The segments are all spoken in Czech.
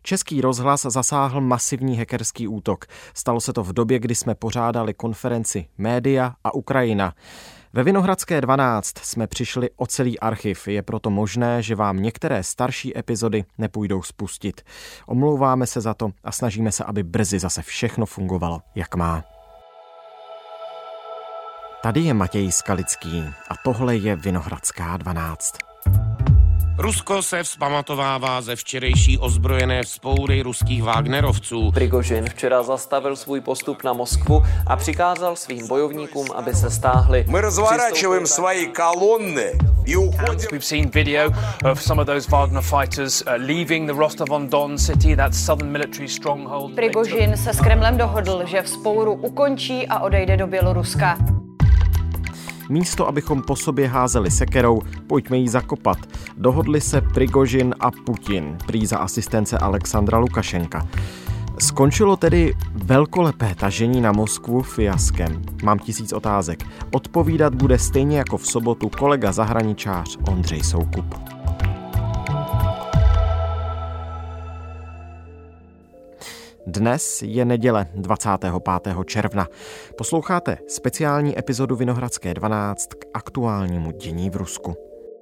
Český rozhlas zasáhl masivní hackerský útok. Stalo se to v době, kdy jsme pořádali konferenci Média a Ukrajina. Ve Vinohradské 12 jsme přišli o celý archiv. Je proto možné, že vám některé starší epizody nepůjdou spustit. Omlouváme se za to a snažíme se, aby brzy zase všechno fungovalo, jak má. Tady je Matěj Skalický a tohle je Vinohradská 12. Rusko se vzpamatovává ze včerejší ozbrojené vzpoury ruských Wagnerovců. Prigožin včera zastavil svůj postup na Moskvu a přikázal svým bojovníkům, aby se stáhli. My rozворачиваем svoji kolony. We've seen video of some of those Wagner fighters leaving the Rostov-on-Don city, that southern military stronghold. Prigožin se s Kremlem dohodl, že vzpouru ukončí a odejde do Běloruska. Místo, abychom po sobě házeli sekerou, pojďme ji zakopat. Dohodli se Prigožin a Putin, prý za asistence Alexandra Lukašenka. Skončilo tedy velkolepé tažení na Moskvu fiaskem. Mám 1000 otázek. Odpovídat bude stejně jako v sobotu kolega zahraničář Ondřej Soukup. Dnes je neděle 25. června. Posloucháte speciální epizodu Vinohradské 12 k aktuálnímu dění v Rusku.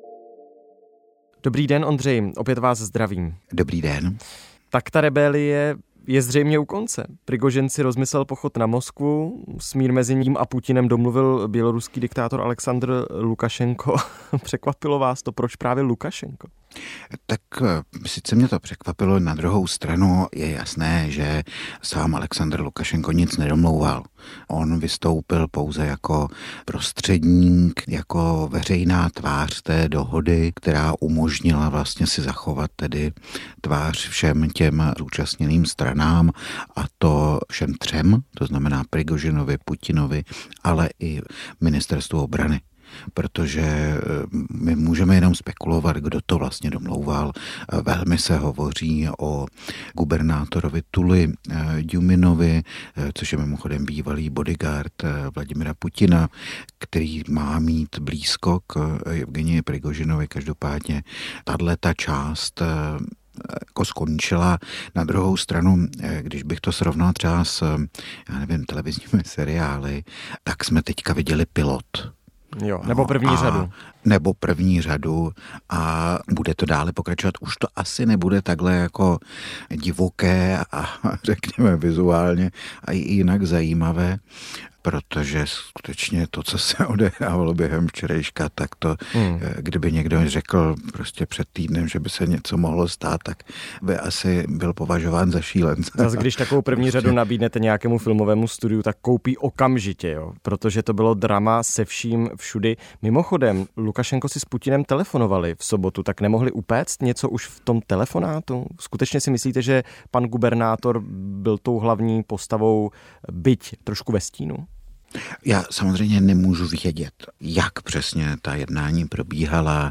Dobrý den, Ondřej, opět vás zdravím. Dobrý den. Tak ta rebelie je zřejmě u konce. Prigožin si rozmyslel pochod na Moskvu, smír mezi ním a Putinem domluvil běloruský diktátor Alexandr Lukašenko. Překvapilo vás to, proč právě Lukašenko? Tak sice mě to překvapilo, na druhou stranu je jasné, že sám Alexandr Lukašenko nic nedomlouval. On vystoupil pouze jako prostředník, jako veřejná tvář té dohody, která umožnila vlastně si zachovat tedy tvář všem těm zúčastněným stranám, a to všem třem, to znamená Prigožinovi, Putinovi, ale i ministerstvu obrany. Protože my můžeme jenom spekulovat, kdo to vlastně domlouval. Velmi se hovoří o gubernátorovi Tuly Djuminovi, což je mimochodem bývalý bodyguard Vladimira Putina, který má mít blízko k Evgenii Prigožinovi. Každopádně tato část jako skončila. Na druhou stranu, když bych to srovnal třeba s, televizními seriály, tak jsme teďka viděli Pilot. Jo, nebo první řadu. Nebo první řadu a bude to dále pokračovat. Už to asi nebude takhle jako divoké a řekněme vizuálně a i jinak zajímavé, protože skutečně to, co se odehrávalo během včerejška, tak to, kdyby někdo řekl prostě před týdnem, že by se něco mohlo stát, tak by asi byl považován za šílence. Zas, když takovou první řadu nabídnete nějakému filmovému studiu, tak koupí okamžitě, jo, protože to bylo drama se vším všudy. Mimochodem, Lukašenko si s Putinem telefonovali v sobotu, tak nemohli upéct něco už v tom telefonátu? Skutečně si myslíte, že pan gubernátor byl tou hlavní postavou, byť trošku ve stínu? Já samozřejmě nemůžu vědět, jak přesně ta jednání probíhala,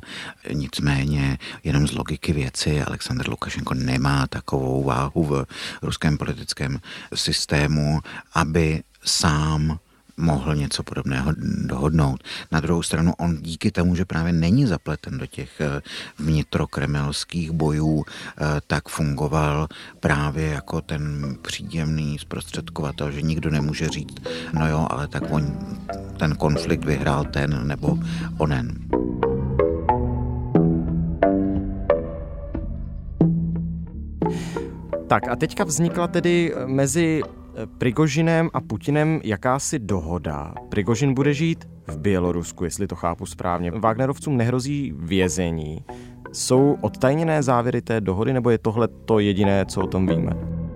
nicméně jenom z logiky věci Alexandr Lukašenko nemá takovou váhu v ruském politickém systému, aby sám mohl něco podobného dohodnout. Na druhou stranu on díky tomu, že právě není zapleten do těch vnitrokremelských bojů, tak fungoval právě jako ten příjemný zprostředkovatel, že nikdo nemůže říct, no jo, ale tak ten konflikt vyhrál ten nebo onen. Tak a teďka vznikla tedy mezi Prigožinem a Putinem jakási dohoda. Prigožin bude žít v Bělorusku, jestli to chápu správně. Wagnerovcům nehrozí vězení. Jsou odtajněné závěry té dohody, nebo je tohle to jediné, co o tom víme?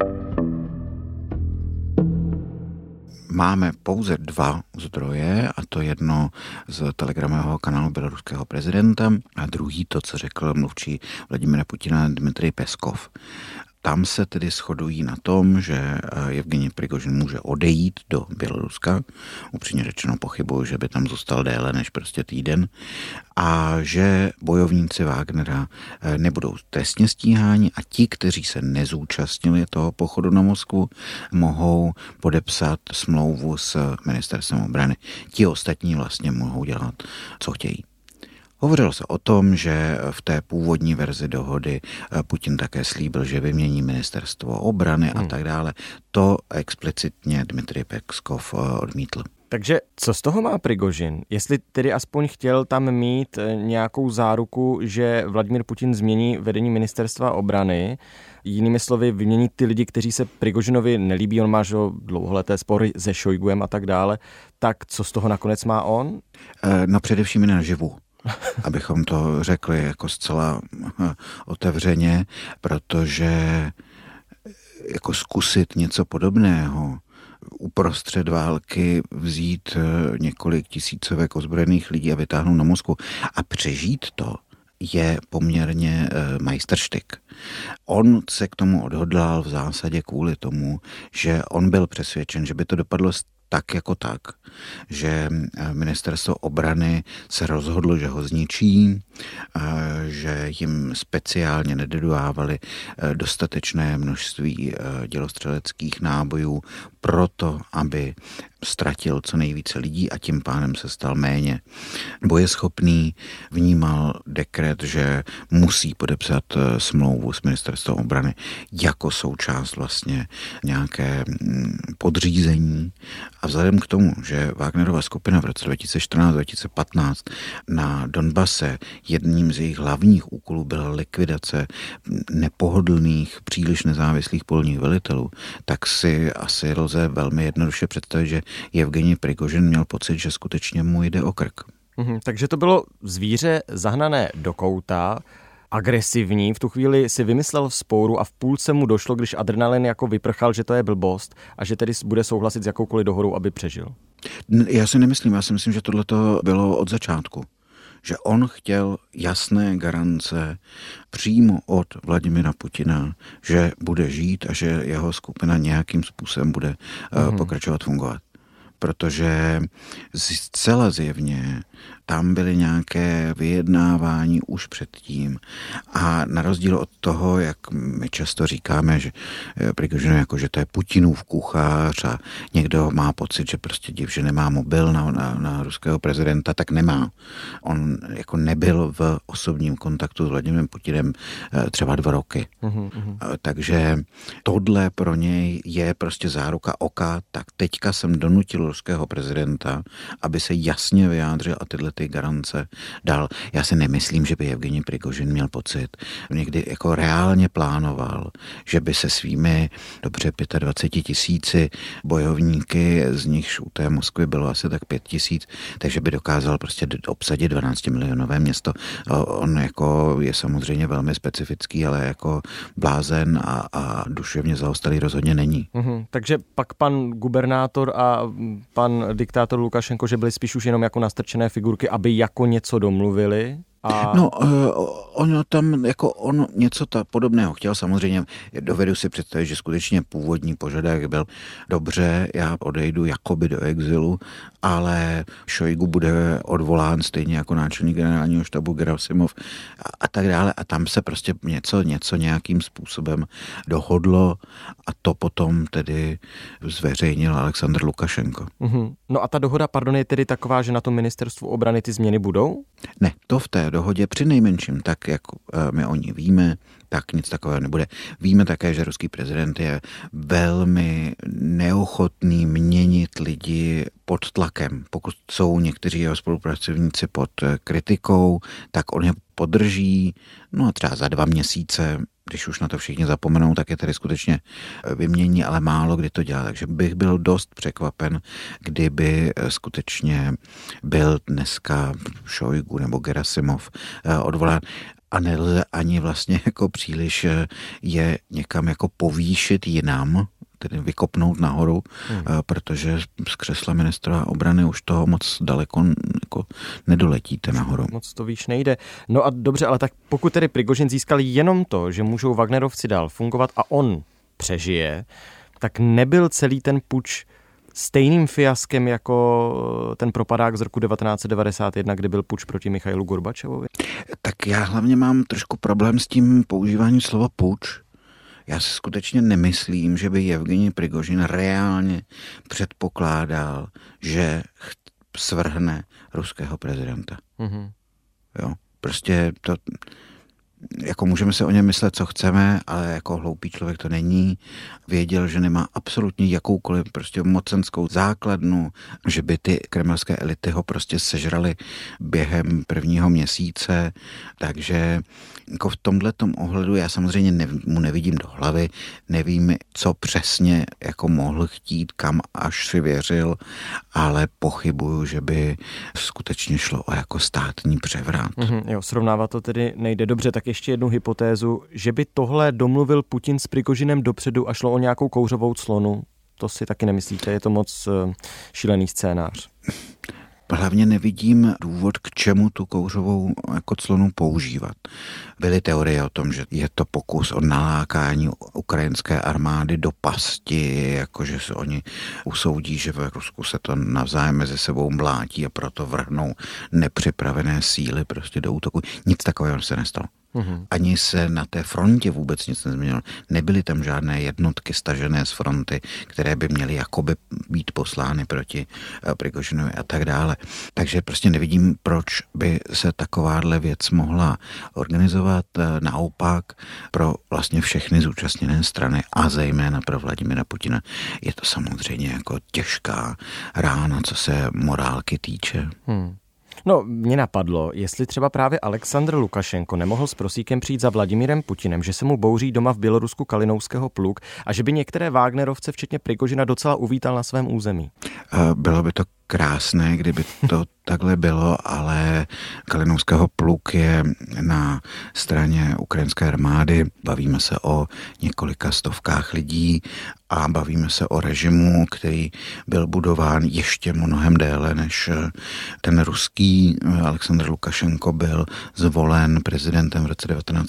Máme pouze 2 zdroje, a to jedno z telegramového kanálu běloruského prezidenta a druhý to, co řekl mluvčí Vladimira Putina Dmitrij Peskov. Tam se tedy shodují na tom, že Evgenij Prigožin může odejít do Běloruska. Upřímně řečeno pochybuji, že by tam zůstal déle než prostě týden. A že bojovníci Wagnera nebudou trestně stíháni a ti, kteří se nezúčastnili toho pochodu na Moskvu, mohou podepsat smlouvu s ministerstvem obrany. Ti ostatní vlastně mohou dělat, co chtějí. Hovořilo se o tom, že v té původní verzi dohody Putin také slíbil, že vymění ministerstvo obrany a tak dále. To explicitně Dmitrij Peskov odmítl. Takže co z toho má Prigožin? Jestli tedy aspoň chtěl tam mít nějakou záruku, že Vladimír Putin změní vedení ministerstva obrany, jinými slovy vymění ty lidi, kteří se Prigožinovi nelíbí, on má dlouholeté spory se Šojguem a tak dále, tak co z toho nakonec má on? No především naživu. Abychom to řekli jako zcela otevřeně, protože jako zkusit něco podobného, uprostřed války vzít několik tisícovek ozbrojených lidí a vytáhnout na Moskvu a přežít to je poměrně majstrštyk. On se k tomu odhodlal v zásadě kvůli tomu, že on byl přesvědčen, že by to dopadlo tak jako tak, že ministerstvo obrany se rozhodlo, že ho zničí, že jim speciálně nedodávali dostatečné množství dělostřeleckých nábojů proto, aby ztratil co nejvíce lidí a tím pádem se stal méně bojeschopný. Vnímal dekret, že musí podepsat smlouvu s ministerstvem obrany jako součást vlastně nějaké podřízení. A vzhledem k tomu, že Wagnerova skupina v roce 2014-2015 na Donbase jedním z jejich hlavních úkolů byla likvidace nepohodlných, příliš nezávislých polních velitelů, tak si asi lze velmi jednoduše představit, že Jevgenij Prigožin měl pocit, že skutečně mu jde o krk. Takže to bylo zvíře zahnané do kouta, agresivní, v tu chvíli si vymyslel vzpouru a v půlce mu došlo, když adrenalin jako vyprchal, že to je blbost a že tedy bude souhlasit s jakoukoliv dohodou, aby přežil. Já si nemyslím, já si myslím, že tohleto bylo od začátku. Že on chtěl jasné garance přímo od Vladimira Putina, že bude žít a že jeho skupina nějakým způsobem bude pokračovat fungovat. Protože zcela zjevně tam byly nějaké vyjednávání už předtím a na rozdíl od toho, jak my často říkáme, že Prigožin jako, že to je Putinův kuchař a někdo má pocit, že prostě div, že nemá mobil na ruského prezidenta, tak nemá. On jako nebyl v osobním kontaktu s Vladimirem Putinem třeba 2 roky. Takže tohle pro něj je prostě záruka oka, tak teďka jsem donutil ruského prezidenta, aby se jasně vyjádřil a tyhle ty garance dal. Já si nemyslím, že by Jevgenij Prigožin měl pocit. Někdy jako reálně plánoval, že by se svými dobře 25 000 bojovníky, z nichž u té Moskvy bylo asi tak 5 000, takže by dokázal prostě obsadit 12milionové město. On jako je samozřejmě velmi specifický, ale jako blázen a duševně zaostalý rozhodně není. Takže pak pan gubernátor a pan diktátor Lukašenko, že byli spíš už jenom jako nastrčené figurky, aby jako něco domluvili? No, on něco podobného chtěl, samozřejmě dovedu si představit, že skutečně původní požadavek byl dobře, já odejdu jakoby do exilu, ale Šojgu bude odvolán stejně jako náčelník generálního štabu Gerasimov a tak dále a tam se prostě něco nějakým způsobem dohodlo a to potom tedy zveřejnil Alexandr Lukašenko. No a ta dohoda, je tedy taková, že na tom ministerstvu obrany ty změny budou? Ne, to v té dohodě přinejmenším, tak jak my o ní víme, tak nic takového nebude. Víme také, že ruský prezident je velmi neochotný měnit lidi pod tlakem. Pokud jsou někteří jeho spolupracovníci pod kritikou, tak on je podrží, no a třeba za 2 měsíce, když už na to všichni zapomenou, tak je tedy skutečně vymění, ale málo kdy to dělá. Takže bych byl dost překvapen, kdyby skutečně byl dneska Šojgu nebo Gerasimov odvolán. A nelze ani vlastně jako příliš je někam jako povýšit jinam, tedy vykopnout nahoru, protože z křesla ministra obrany už toho moc daleko jako nedoletíte nahoru. Moc to výš nejde. No a dobře, ale tak pokud tedy Prigožin získal jenom to, že můžou Wagnerovci dál fungovat a on přežije, tak nebyl celý ten puč stejným fiaskem jako ten propadák z roku 1991, kdy byl puč proti Michailu Gorbačovovi? Tak já hlavně mám trošku problém s tím používáním slova puč. Já si skutečně nemyslím, že by Jevgenij Prigožin reálně předpokládal, že svrhne ruského prezidenta. Jo. Prostě to, jako můžeme se o něm myslet, co chceme, ale jako hloupý člověk to není. Věděl, že nemá absolutně jakoukoliv prostě mocenskou základnu, že by ty kremelské elity ho prostě sežrali během prvního měsíce, takže jako v tomhletom ohledu já samozřejmě mu nevidím do hlavy, nevím, co přesně jako mohl chtít, kam až si věřil, ale pochybuju, že by skutečně šlo o jako státní převrat. Jo, srovnávat to tedy nejde. Dobře, tak ještě jednu hypotézu, že by tohle domluvil Putin s Prigožinem dopředu a šlo o nějakou kouřovou clonu, to si taky nemyslíte? Je to moc šílený scénář. Hlavně nevidím důvod, k čemu tu kouřovou jako clonu používat. Byly teorie o tom, že je to pokus o nalákání ukrajinské armády do pasti, jakože se oni usoudí, že v Rusku se to navzájem mezi sebou mlátí a proto vrhnou nepřipravené síly prostě do útoku. Nic takového se nestalo. Ani se na té frontě vůbec nic nezměnilo. Nebyly tam žádné jednotky stažené z fronty, které by měly jakoby být poslány proti Prigožinovi a tak dále. Takže prostě nevidím, proč by se takováhle věc mohla organizovat. Naopak pro vlastně všechny zúčastněné strany a zejména pro Vladimira Putina je to samozřejmě jako těžká rána, co se morálky týče. No, mě napadlo, jestli třeba právě Aleksandr Lukašenko nemohl s prosíkem přijít za Vladimirem Putinem, že se mu bouří doma v Bělorusku Kalinouského pluk a že by některé Wagnerovce, včetně Prigožina, docela uvítal na svém území. Bylo by to krásné, kdyby to takhle bylo, ale Kalinouského pluk je na straně ukrajinské armády. Bavíme se o několika stovkách lidí a bavíme se o režimu, který byl budován ještě mnohem déle než ten ruský. Aleksandr Lukašenko byl zvolen prezidentem v roce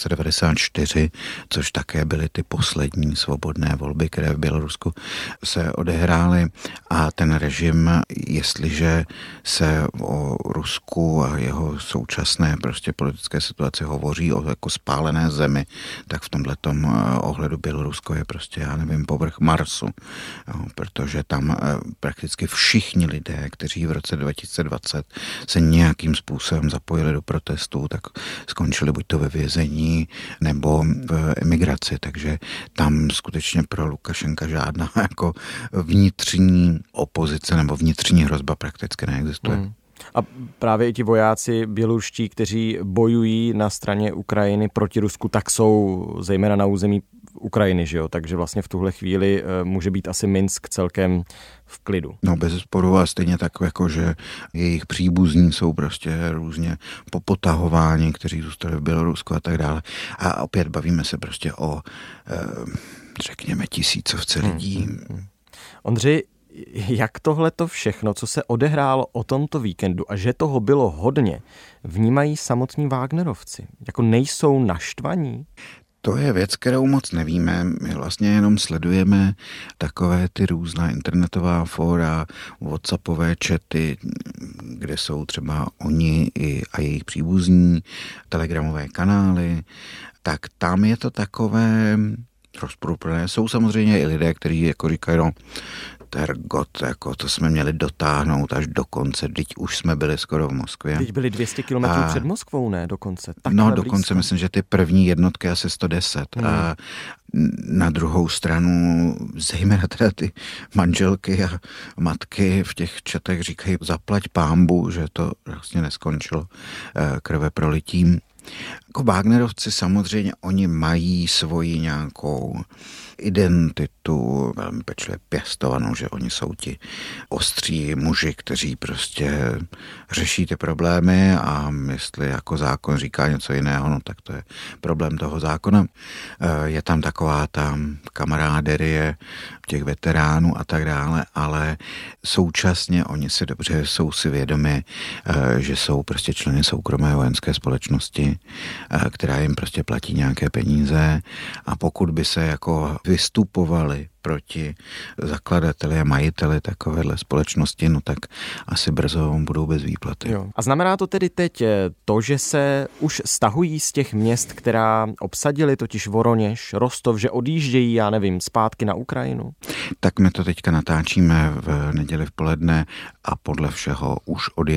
1994, což také byly ty poslední svobodné volby, které v Bělorusku se odehrály, a ten režim, jestliže se o Rusku a jeho současné prostě politické situaci hovoří o jako spálené zemi, tak v tomhletom ohledu Bělorusko je prostě, já nevím, povrch Marsu, jo, protože tam prakticky všichni lidé, kteří v roce 2020 se nějakým způsobem zapojili do protestů, tak skončili buď to ve vězení nebo v emigraci, takže tam skutečně pro Lukašenka žádná jako vnitřní opozice nebo vnitřní hrozba prakticky neexistuje. A právě i ti vojáci běloruští, kteří bojují na straně Ukrajiny proti Rusku, tak jsou zejména na území Ukrajiny, že jo? Takže vlastně v tuhle chvíli může být asi Minsk celkem v klidu. No bez sporu, a stejně tak, jako že jejich příbuzní jsou prostě různě popotahováni, kteří zůstali v Bělorusku a tak dále. A opět bavíme se prostě o, řekněme, tisícovce lidí. Ondřej, jak tohleto všechno, co se odehrálo o tomto víkendu a že toho bylo hodně, vnímají samotní Wagnerovci? Jako nejsou naštvaní? To je věc, kterou moc nevíme. My vlastně jenom sledujeme takové ty různá internetová fóra, whatsappové chaty, kde jsou třeba oni a jejich příbuzní, telegramové kanály. Tak tam je to takové rozporuplné. Jsou samozřejmě i lidé, kteří jako říkají, no, tergot, jako to jsme měli dotáhnout až do konce, teď už jsme byli skoro v Moskvě. Teď byli 200 kilometrů před Moskvou, ne? Dokonce. No, dokonce myslím, že ty první jednotky asi 110. A na druhou stranu, zejména teda ty manželky a matky v těch četech říkají, zaplať pánbu, že to vlastně neskončilo krveprolitím. Jako Wagnerovci samozřejmě, oni mají svoji nějakou identitu velmi pečlivě pěstovanou, že oni jsou ti ostří muži, kteří prostě řeší ty problémy, a jestli jako zákon říká něco jiného, no tak to je problém toho zákona. Je tam taková ta kamaráderie těch veteránů a tak dále, ale současně oni si dobře jsou si vědomi, že jsou prostě členy soukromé vojenské společnosti, která jim prostě platí nějaké peníze, a pokud by se jako vystupovali proti zakladateli a majiteli takovéhle společnosti, no tak asi brzo budou bez výplaty. Jo. A znamená to tedy teď to, že se už stahují z těch měst, která obsadili, totiž Voroněž, Rostov, že odjíždějí, já nevím, zpátky na Ukrajinu? Tak my to teďka natáčíme v neděli v poledne a podle všeho už odjeli.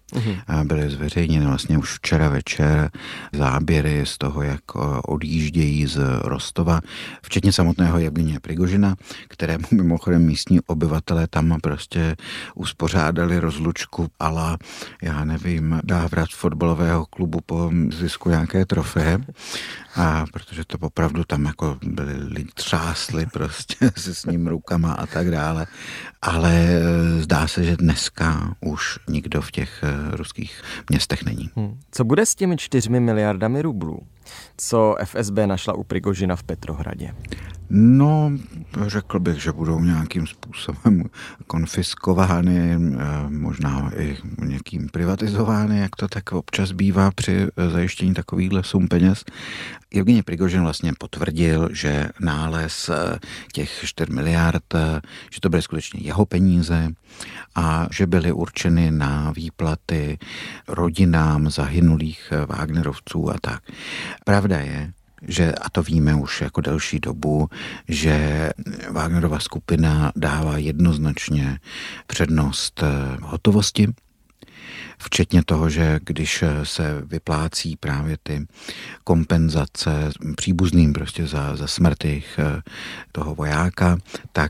Byly zveřejněny vlastně už včera večer záběry z toho, jak odjíždějí z Rostova, včetně samotného Jevgenije Prigožina, kterému mimochodem místní obyvatelé tam prostě uspořádali rozlučku ala, já nevím, návrat fotbalového klubu po zisku nějaké trofeje. A protože to opravdu tam jako byli lidi třásli prostě se s ním rukama a tak dále. Ale zdá se, že dneska už nikdo v těch ruských městech není. Co bude s těmi 4 miliardami rublů, co FSB našla u Prigožina v Petrohradě? No, řekl bych, že budou nějakým způsobem konfiskovány, možná i někým privatizovány, jak to tak občas bývá při zajištění takovýchhle sum peněz. Jevgenij Prigožin vlastně potvrdil, že nález těch 4 miliard, že to byly skutečně jeho peníze a že byly určeny na výplaty rodinám zahynulých Wagnerovců a tak. Pravda je, že, a to víme už jako delší dobu, že Wagnerova skupina dává jednoznačně přednost hotovosti, včetně toho, že když se vyplácí právě ty kompenzace příbuzným prostě za smrt toho vojáka, tak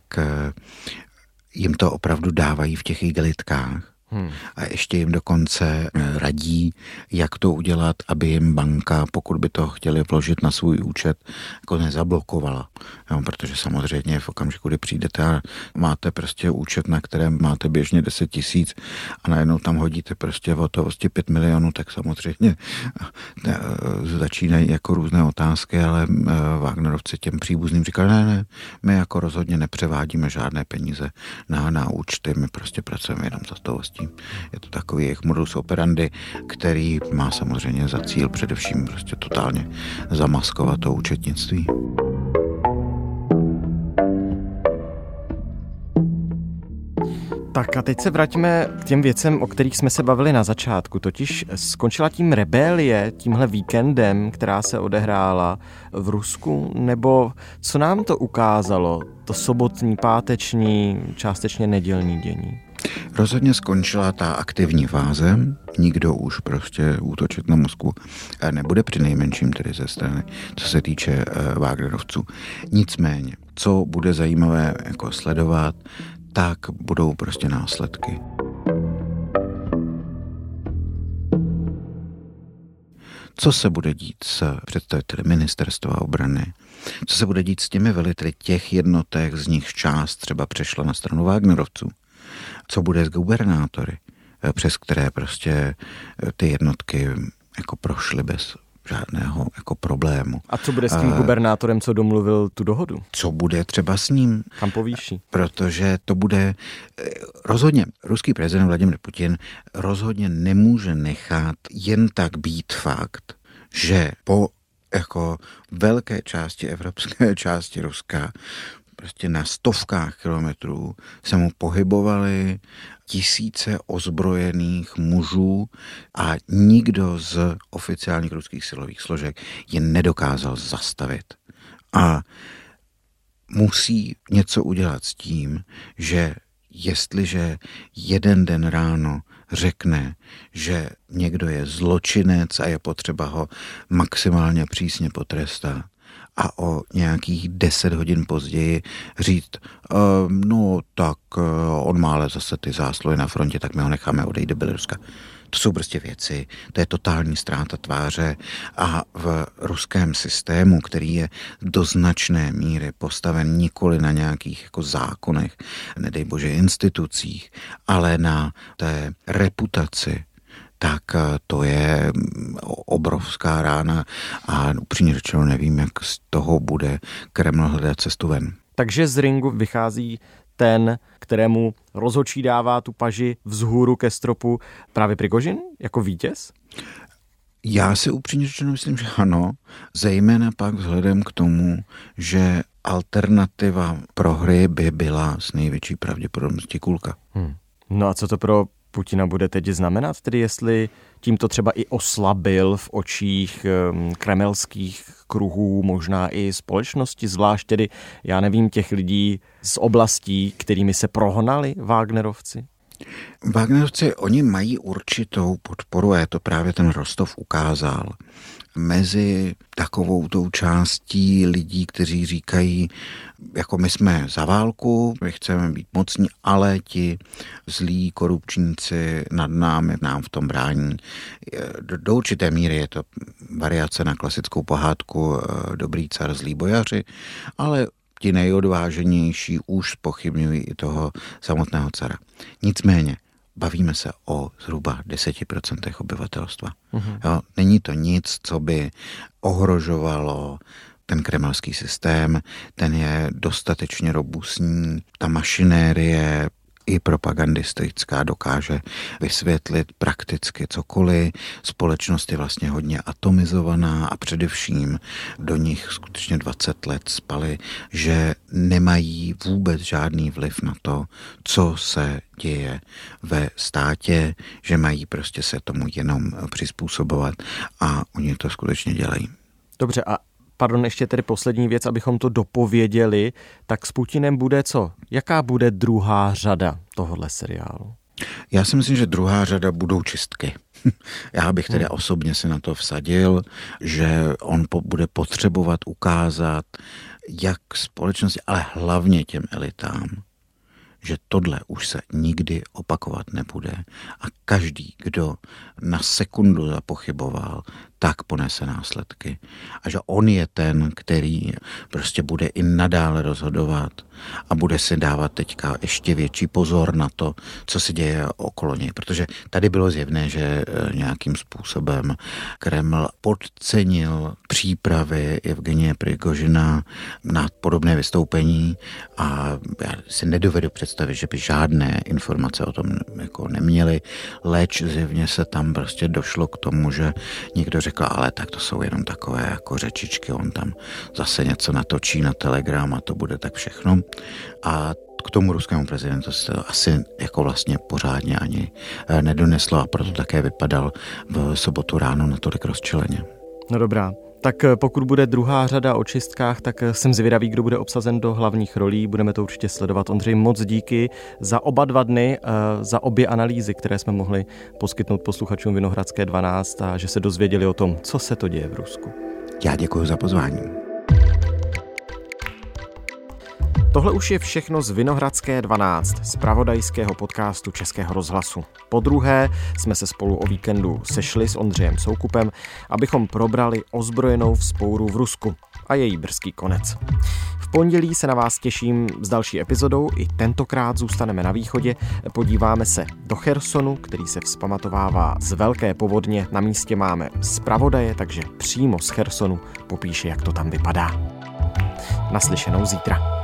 jim to opravdu dávají v těch igelitkách. A ještě jim dokonce radí, jak to udělat, aby jim banka, pokud by to chtěli vložit na svůj účet, jako nezablokovala. Jo, protože samozřejmě v okamžiku, kdy přijdete a máte prostě účet, na kterém máte běžně 10 000 a najednou tam hodíte prostě v hotovosti 5 milionů, tak samozřejmě začínají jako různé otázky, ale Wagnerovci těm příbuzným říkali, ne, my jako rozhodně nepřevádíme žádné peníze na účty, my prostě pracujeme jenom za hotovostí. Je to takový jejich modus operandi, který má samozřejmě za cíl především prostě totálně zamaskovat to účetnictví. Tak a teď se vraťme k těm věcem, o kterých jsme se bavili na začátku. Totiž skončila tím rebelie, tímhle víkendem, která se odehrála v Rusku, nebo co nám to ukázalo, to sobotní, páteční, částečně nedělní dění? Rozhodně skončila ta aktivní fáze, nikdo už prostě útočit na Moskvu nebude, při nejmenším tedy ze strany, co se týče Wagnerovců. Nicméně, co bude zajímavé jako sledovat, tak budou prostě následky. Co se bude dít s představiteli ministerstva obrany? Co se bude dít s těmi veliteli těch jednotek, z nich část třeba přešla na stranu Wagnerovců? Co bude s gubernátory, přes které prostě ty jednotky jako prošly bez žádného jako problému. A co bude s tím gubernátorem, co domluvil tu dohodu? Co bude třeba s ním? Kam povýší? Protože to bude rozhodně, ruský prezident Vladimir Putin rozhodně nemůže nechat jen tak být fakt, že po jako velké části evropské části Ruska prostě na stovkách kilometrů se mu pohybovaly tisíce ozbrojených mužů a nikdo z oficiálních ruských silových složek je nedokázal zastavit. A musí něco udělat s tím, že jestliže jeden den ráno řekne, že někdo je zločinec a je potřeba ho maximálně přísně potrestat, a o nějakých 10 hodin později říct, no tak on má ale zase ty zásluhy na frontě, tak my ho necháme odejít do Běloruska. To jsou prostě věci, to je totální ztráta tváře a v ruském systému, který je do značné míry postaven nikoli na nějakých jako zákonech, nedej bože institucích, ale na té reputaci, tak to je obrovská rána a upřímně řečeno nevím, jak z toho bude Kreml hledat cestu ven. Takže z ringu vychází ten, kterému rozhodčí dává tu paži vzhůru ke stropu, právě Prigožin jako vítěz? Já si upřímně řečeno myslím, že ano, zejména pak vzhledem k tomu, že alternativa prohry by byla s největší pravděpodobností kulka. No a co to pro Putina bude teď znamenat, tedy jestli tímto třeba i oslabil v očích kremelských kruhů, možná i společnosti, zvlášť tedy, já nevím, těch lidí z oblastí, kterými se prohnali Wagnerovci? Wagnerovci, oni mají určitou podporu a je to právě ten Rostov ukázal. Mezi takovou tou částí lidí, kteří říkají, jako my jsme za válku, my chceme být mocní, ale ti zlí korupčníci nad námi nám v tom brání. Do určité míry je to variace na klasickou pohádku Dobrý car, zlí bojaři, ale ti nejodváženější už zpochybňují i toho samotného cara. Nicméně, bavíme se o zhruba 10% obyvatelstva. Jo, není to nic, co by ohrožovalo ten kremelský systém, ten je dostatečně robustní, ta mašinérie i propagandistická dokáže vysvětlit prakticky cokoliv. Společnost je vlastně hodně atomizovaná a především do nich skutečně 20 let spaly, že nemají vůbec žádný vliv na to, co se děje ve státě, že mají prostě se tomu jenom přizpůsobovat a oni to skutečně dělají. Dobře, a pardon, ještě tedy poslední věc, abychom to dopověděli, tak s Putinem bude co? Jaká bude druhá řada tohohle seriálu? Já si myslím, že druhá řada budou čistky. Já bych tedy osobně si na to vsadil, že on bude potřebovat ukázat, jak společnosti, ale hlavně těm elitám, že tohle už se nikdy opakovat nebude a každý, kdo na sekundu zapochyboval, tak ponese následky. A že on je ten, který prostě bude i nadále rozhodovat a bude si dávat teďka ještě větší pozor na to, co se děje okolo něj. Protože tady bylo zjevné, že nějakým způsobem Kreml podcenil přípravy Evgenie Prigožina na podobné vystoupení a já si nedovedu představit, že by žádné informace o tom jako neměli, leč zjevně se tam prostě došlo k tomu, že někdo řekl, ale tak to jsou jenom takové jako řečičky, on tam zase něco natočí na Telegram a to bude tak všechno. A k tomu ruskému prezidentu se to asi jako vlastně pořádně ani nedoneslo a proto také vypadal v sobotu ráno natolik rozčileně. No dobrá. Tak pokud bude druhá řada o čistkách, tak jsem zvědavý, kdo bude obsazen do hlavních rolí. Budeme to určitě sledovat. Ondřej, moc díky za oba 2 dny, za obě analýzy, které jsme mohli poskytnout posluchačům Vinohradské 12 a že se dozvěděli o tom, co se to děje v Rusku. Já děkuji za pozvání. Tohle už je všechno z Vinohradské 12, z zpravodajského podcastu Českého rozhlasu. Podruhé jsme se spolu o víkendu sešli s Ondřejem Soukupem, abychom probrali ozbrojenou vzpouru v Rusku a její brzký konec. V pondělí se na vás těším s další epizodou, i tentokrát zůstaneme na východě, podíváme se do Chersonu, který se vzpamatovává z velké povodně, na místě máme zpravodaje, takže přímo z Chersonu popíše, jak to tam vypadá. Naslyšenou zítra.